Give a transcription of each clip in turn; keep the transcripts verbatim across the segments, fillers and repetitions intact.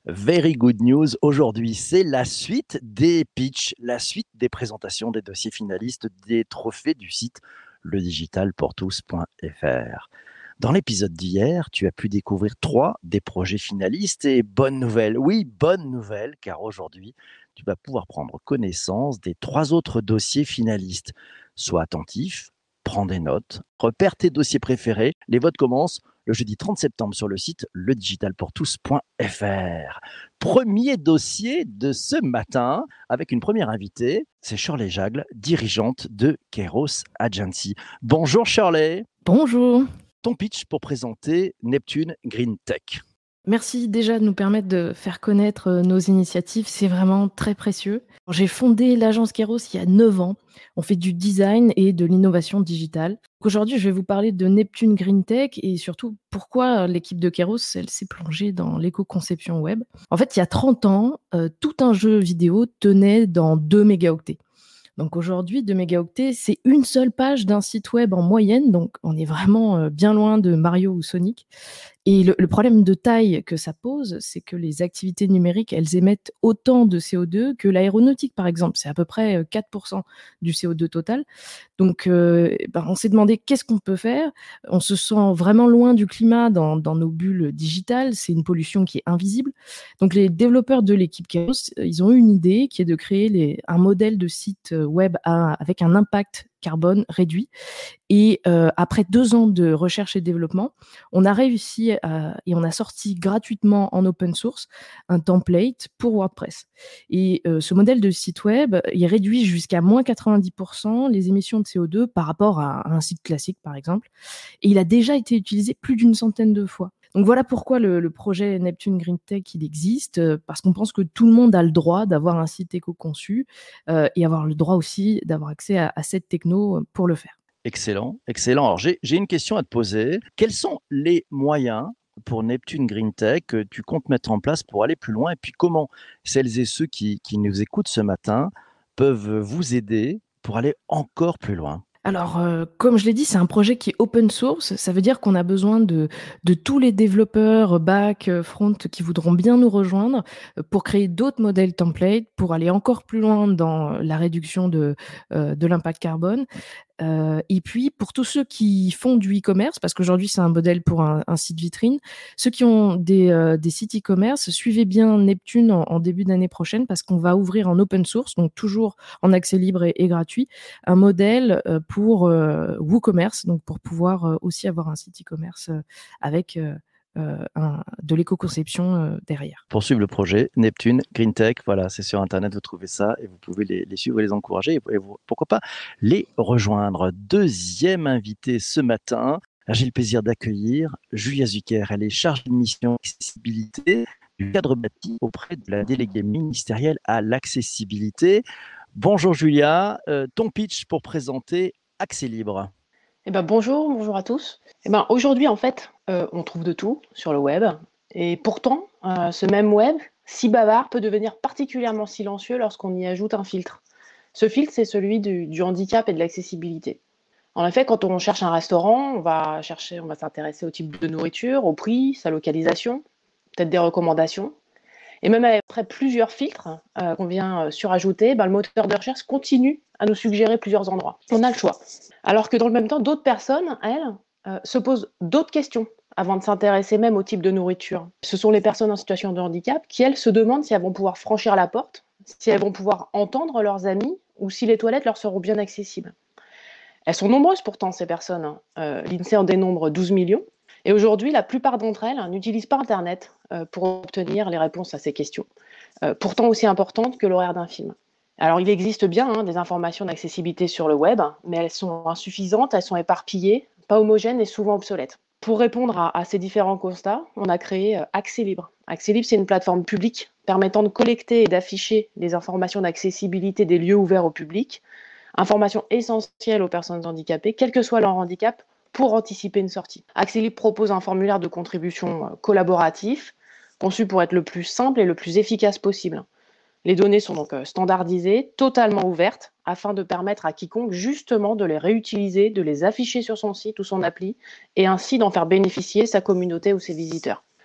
Very good news. Aujourd'hui, c'est la suite des pitchs, la suite des présentations des dossiers finalistes des trophées du site le digital pour tous point f r. Dans l'épisode d'hier, tu as pu découvrir trois des projets finalistes et bonne nouvelle, oui, bonne nouvelle, car aujourd'hui, tu vas pouvoir prendre connaissance des trois autres dossiers finalistes. Sois attentif, prends des notes, repère tes dossiers préférés. Les votes commencent le jeudi trente septembre sur le site le digital pour tous point f r. Premier dossier de ce matin avec une première invitée, c'est Shirley Jagle, dirigeante de Kairos Agency. Bonjour Shirley. Bonjour. Ton pitch pour présenter Neptune Green Tech. Merci déjà de nous permettre de faire connaître nos initiatives, c'est vraiment très précieux. J'ai fondé l'agence Kairos il y a neuf ans. On fait du design et de l'innovation digitale. Aujourd'hui, je vais vous parler de Neptune Green Tech et surtout pourquoi l'équipe de Kairos elle, s'est plongée dans l'éco-conception web. En fait, il y a trente ans, euh, tout un jeu vidéo tenait dans deux mégaoctets. Donc aujourd'hui, deux mégaoctets, c'est une seule page d'un site web en moyenne, donc on est vraiment bien loin de Mario ou Sonic. Et le, le problème de taille que ça pose, c'est que les activités numériques, elles émettent autant de C O deux que l'aéronautique, par exemple. C'est à peu près quatre pour cent du C O deux total. Donc, euh, ben, on s'est demandé qu'est-ce qu'on peut faire. On se sent vraiment loin du climat dans, dans nos bulles digitales. C'est une pollution qui est invisible. Donc, les développeurs de l'équipe Kairos, ils ont eu une idée qui est de créer les, un modèle de site web à, avec un impact carbone réduit. Et euh, après deux ans de recherche et développement, on a réussi à, et on a sorti gratuitement en open source un template pour WordPress. Et euh, ce modèle de site web, il réduit jusqu'à moins quatre-vingt-dix pour cent les émissions de C O deux par rapport à un site classique, par exemple. Et il a déjà été utilisé plus d'une centaine de fois. Donc voilà pourquoi le, le projet Neptune Green Tech, il existe, euh, parce qu'on pense que tout le monde a le droit d'avoir un site éco-conçu euh, et avoir le droit aussi d'avoir accès à, à cette techno pour le faire. Excellent, excellent. Alors j'ai, j'ai une question à te poser. Quels sont les moyens pour Neptune Green Tech que tu comptes mettre en place pour aller plus loin? Et puis comment celles et ceux qui, qui nous écoutent ce matin peuvent vous aider pour aller encore plus loin? Alors, euh, comme je l'ai dit, c'est un projet qui est open source. Ça veut dire qu'on a besoin de, de tous les développeurs back, front qui voudront bien nous rejoindre pour créer d'autres modèles templates, pour aller encore plus loin dans la réduction de, euh, de l'impact carbone. Euh, et puis, pour tous ceux qui font du e-commerce, parce qu'aujourd'hui, c'est un modèle pour un, un site vitrine, ceux qui ont des, euh, des sites e-commerce, suivez bien Neptune en, en début d'année prochaine parce qu'on va ouvrir en open source, donc toujours en accès libre et, et gratuit, un modèle euh, pour euh, WooCommerce, donc pour pouvoir euh, aussi avoir un site e-commerce euh, avec... Euh, Euh, un, de l'éco-conception euh, derrière. Pour suivre le projet Neptune Green Tech, voilà, c'est sur Internet, vous trouvez ça et vous pouvez les, les suivre et les encourager et, et vous, pourquoi pas les rejoindre. Deuxième invité ce matin, j'ai le plaisir d'accueillir Julia Zucker. Elle est chargée de mission accessibilité du cadre bâti auprès de la déléguée ministérielle à l'accessibilité. Bonjour Julia, euh, ton pitch pour présenter Accès Libre. Eh ben, bonjour, bonjour à tous. Eh ben, aujourd'hui, en fait, euh, on trouve de tout sur le web. Et pourtant, euh, ce même web, si bavard, peut devenir particulièrement silencieux lorsqu'on y ajoute un filtre. Ce filtre, c'est celui du, du handicap et de l'accessibilité. En effet, quand on cherche un restaurant, on va chercher, on va s'intéresser au type de nourriture, au prix, sa localisation, peut-être des recommandations. Et même après plusieurs filtres euh, qu'on vient surajouter, ben, le moteur de recherche continue à nous suggérer plusieurs endroits. On a le choix. Alors que dans le même temps, d'autres personnes, elles, euh, se posent d'autres questions avant de s'intéresser même au type de nourriture. Ce sont les personnes en situation de handicap qui, elles, se demandent si elles vont pouvoir franchir la porte, si elles vont pouvoir entendre leurs amis ou si les toilettes leur seront bien accessibles. Elles sont nombreuses pourtant, ces personnes. Euh, L'INSEE en dénombre douze millions. Et aujourd'hui, la plupart d'entre elles n'utilisent pas Internet euh, pour obtenir les réponses à ces questions, euh, pourtant aussi importantes que l'horaire d'un film. Alors, il existe bien hein, des informations d'accessibilité sur le web, mais elles sont insuffisantes, elles sont éparpillées, pas homogènes et souvent obsolètes. Pour répondre à, à ces différents constats, on a créé euh, Accès Libre. Accès Libre, c'est une plateforme publique permettant de collecter et d'afficher les informations d'accessibilité des lieux ouverts au public, informations essentielles aux personnes handicapées, quel que soit leur handicap, pour anticiper une sortie. Accès Libre propose un formulaire de contribution collaboratif, conçu pour être le plus simple et le plus efficace possible. Les données sont donc standardisées, totalement ouvertes, afin de permettre à quiconque justement de les réutiliser, de les afficher sur son site ou son appli, et ainsi d'en faire bénéficier sa communauté ou ses visiteurs.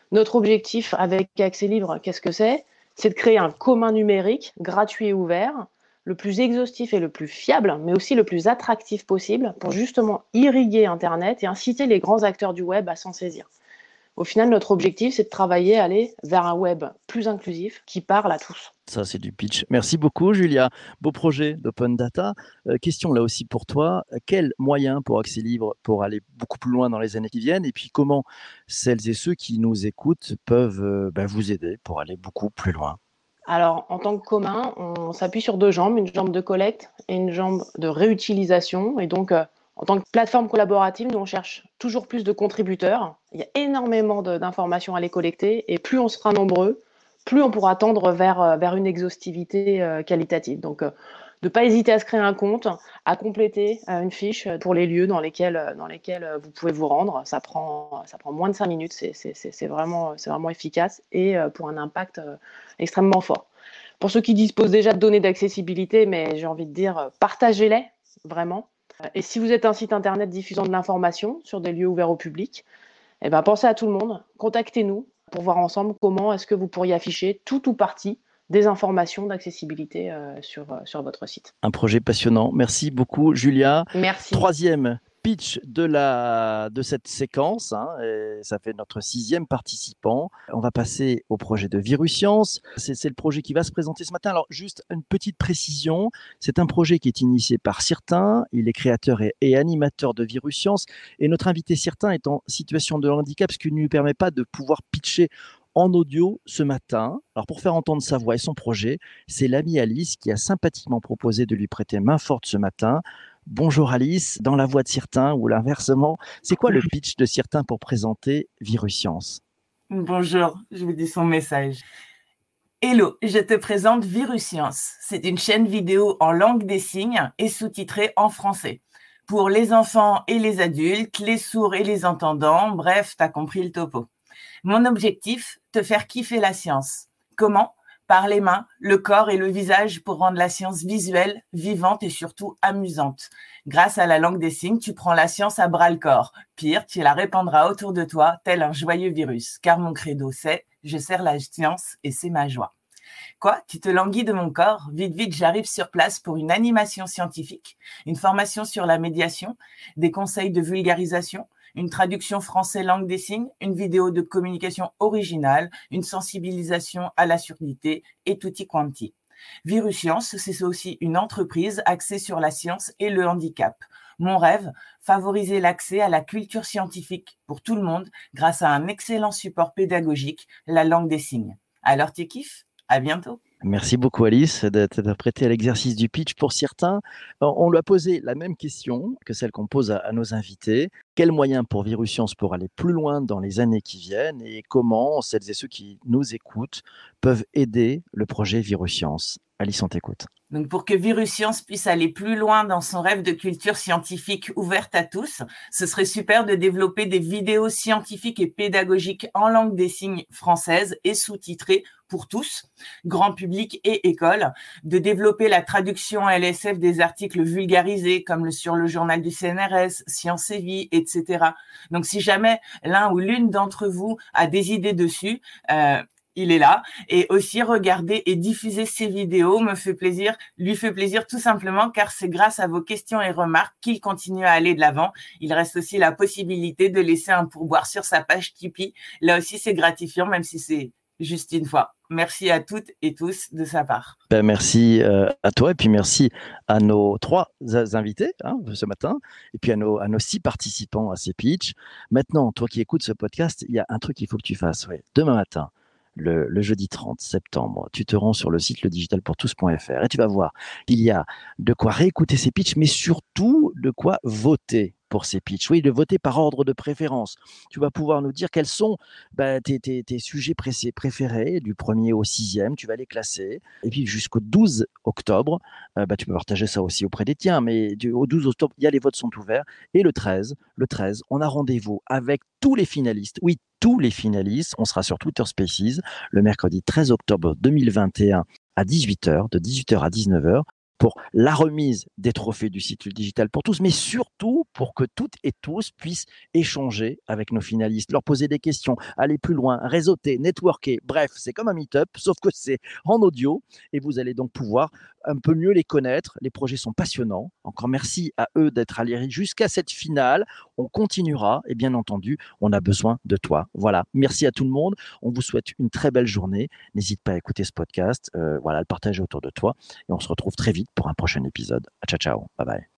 Notre objectif avec Accès Libre, qu'est-ce que c'est? C'est de créer un commun numérique gratuit et ouvert, le plus exhaustif et le plus fiable, mais aussi le plus attractif possible pour justement irriguer Internet et inciter les grands acteurs du web à s'en saisir. Au final, notre objectif, c'est de travailler, aller vers un web plus inclusif qui parle à tous. Ça, c'est du pitch. Merci beaucoup, Julia. Beau projet d'Open Data. Euh, question là aussi pour toi. Quels moyens pour Accès Libre pour aller beaucoup plus loin dans les années qui viennent? Et puis, comment celles et ceux qui nous écoutent peuvent euh, ben, vous aider pour aller beaucoup plus loin? Alors, en tant que commun, on s'appuie sur deux jambes, une jambe de collecte et une jambe de réutilisation. Et donc, euh, en tant que plateforme collaborative, nous, on cherche toujours plus de contributeurs. Il y a énormément de- d'informations à les collecter et plus on sera nombreux, plus on pourra tendre vers, euh, vers une exhaustivité euh, qualitative. Donc, euh, de ne pas hésiter à se créer un compte, à compléter euh, une fiche pour les lieux dans lesquels, euh, dans lesquels euh, vous pouvez vous rendre. Ça prend, ça prend moins de cinq minutes, c'est c'est- c'est- c'est vraiment, c'est vraiment efficace et euh, pour un impact euh, extrêmement fort. Pour ceux qui disposent déjà de données d'accessibilité, mais j'ai envie de dire, euh, partagez-les vraiment. Et si vous êtes un site internet diffusant de l'information sur des lieux ouverts au public, eh ben, pensez à tout le monde, contactez-nous pour voir ensemble comment est-ce que vous pourriez afficher tout ou partie des informations d'accessibilité euh, sur, euh, sur votre site. Un projet passionnant. Merci beaucoup, Julia. Merci. Troisième pitch de, la, de cette séquence. Hein, et ça fait notre sixième participant. On va passer au projet de Viruscience. C'est, c'est le projet qui va se présenter ce matin. Alors, juste une petite précision. C'est un projet qui est initié par Certain. Il est créateur et, et animateur de Viruscience. Et notre invité Certain est en situation de handicap, ce qui ne lui permet pas de pouvoir pitcher en audio ce matin. Alors, pour faire entendre sa voix et son projet, c'est l'amie Alice qui a sympathiquement proposé de lui prêter main forte ce matin. Bonjour Alice, dans la voix de Certain ou l'inversement. C'est quoi le pitch de Certain pour présenter Viruscience? Bonjour, je vous dis son message. Hello, je te présente Viruscience. C'est une chaîne vidéo en langue des signes et sous-titrée en français. Pour les enfants et les adultes, les sourds et les entendants, bref, t'as compris le topo. Mon objectif, te faire kiffer la science. Comment? Par les mains, le corps et le visage pour rendre la science visuelle, vivante et surtout amusante. Grâce à la langue des signes, tu prends la science à bras-le-corps. Pire, tu la répandras autour de toi, tel un joyeux virus. Car mon credo, c'est « Je sers la science et c'est ma joie ». Quoi? Tu te languis de mon corps? Vite, vite, j'arrive sur place pour une animation scientifique, une formation sur la médiation, des conseils de vulgarisation, une traduction français langue des signes, une vidéo de communication originale, une sensibilisation à la surdité et tutti quanti. Viruscience, c'est aussi une entreprise axée sur la science et le handicap. Mon rêve, favoriser l'accès à la culture scientifique pour tout le monde grâce à un excellent support pédagogique, la langue des signes. Alors tu kiffes? À bientôt. Merci beaucoup Alice d'être prêtée à l'exercice du pitch. Pour certains, on lui a posé la même question que celle qu'on pose à, à nos invités. Quels moyens pour Viruscience pour aller plus loin dans les années qui viennent et comment celles et ceux qui nous écoutent peuvent aider le projet Viruscience? Alice, on t'écoute. Donc, pour que Viruscience puisse aller plus loin dans son rêve de culture scientifique ouverte à tous, ce serait super de développer des vidéos scientifiques et pédagogiques en langue des signes française et sous-titrées pour tous, grand public et école, de développer la traduction L S F des articles vulgarisés comme le, sur le journal du C N R S, Science et Vie, et cetera. Donc, si jamais l'un ou l'une d'entre vous a des idées dessus, euh, il est là. Et aussi regarder et diffuser ces vidéos me fait plaisir, lui fait plaisir tout simplement car c'est grâce à vos questions et remarques qu'il continue à aller de l'avant. Il reste aussi la possibilité de laisser un pourboire sur sa page Tipeee. Là aussi, c'est gratifiant, même si c'est juste une fois. Merci à toutes et tous de sa part. Ben merci euh, à toi et puis merci à nos trois invités hein, ce matin et puis à nos, à nos six participants à ces pitchs. Maintenant, toi qui écoutes ce podcast, il y a un truc qu'il faut que tu fasses. Ouais. Demain matin, Le, le jeudi trente septembre, tu te rends sur le site le digital pour tous point f r et tu vas voir qu'il y a de quoi réécouter ces pitchs, mais surtout de quoi voter pour ces pitchs. Oui, de voter par ordre de préférence. Tu vas pouvoir nous dire quels sont bah, tes, tes, tes sujets pressés, préférés, du premier au sixième, tu vas les classer. Et puis jusqu'au douze octobre, euh, bah, tu peux partager ça aussi auprès des tiens, mais du, au douze octobre, il y a les votes sont ouverts. Et le treize, le treize, on a rendez-vous avec tous les finalistes. Oui, tous les finalistes. On sera sur Twitter Spaces le mercredi treize octobre deux mille vingt et un à dix-huit heures, de dix-huit heures à dix-neuf heures. pour la remise des trophées du site Le Digital pour tous, mais surtout pour que toutes et tous puissent échanger avec nos finalistes, leur poser des questions, aller plus loin, réseauter, networker. Bref, c'est comme un meet-up, sauf que c'est en audio et vous allez donc pouvoir un peu mieux les connaître. Les projets sont passionnants. Encore merci à eux d'être allés jusqu'à cette finale. On continuera et bien entendu, on a besoin de toi. Voilà. Merci à tout le monde. On vous souhaite une très belle journée. N'hésite pas à écouter ce podcast, euh, voilà, le partager autour de toi et on se retrouve très vite pour un prochain épisode. Ciao, ciao. Bye bye.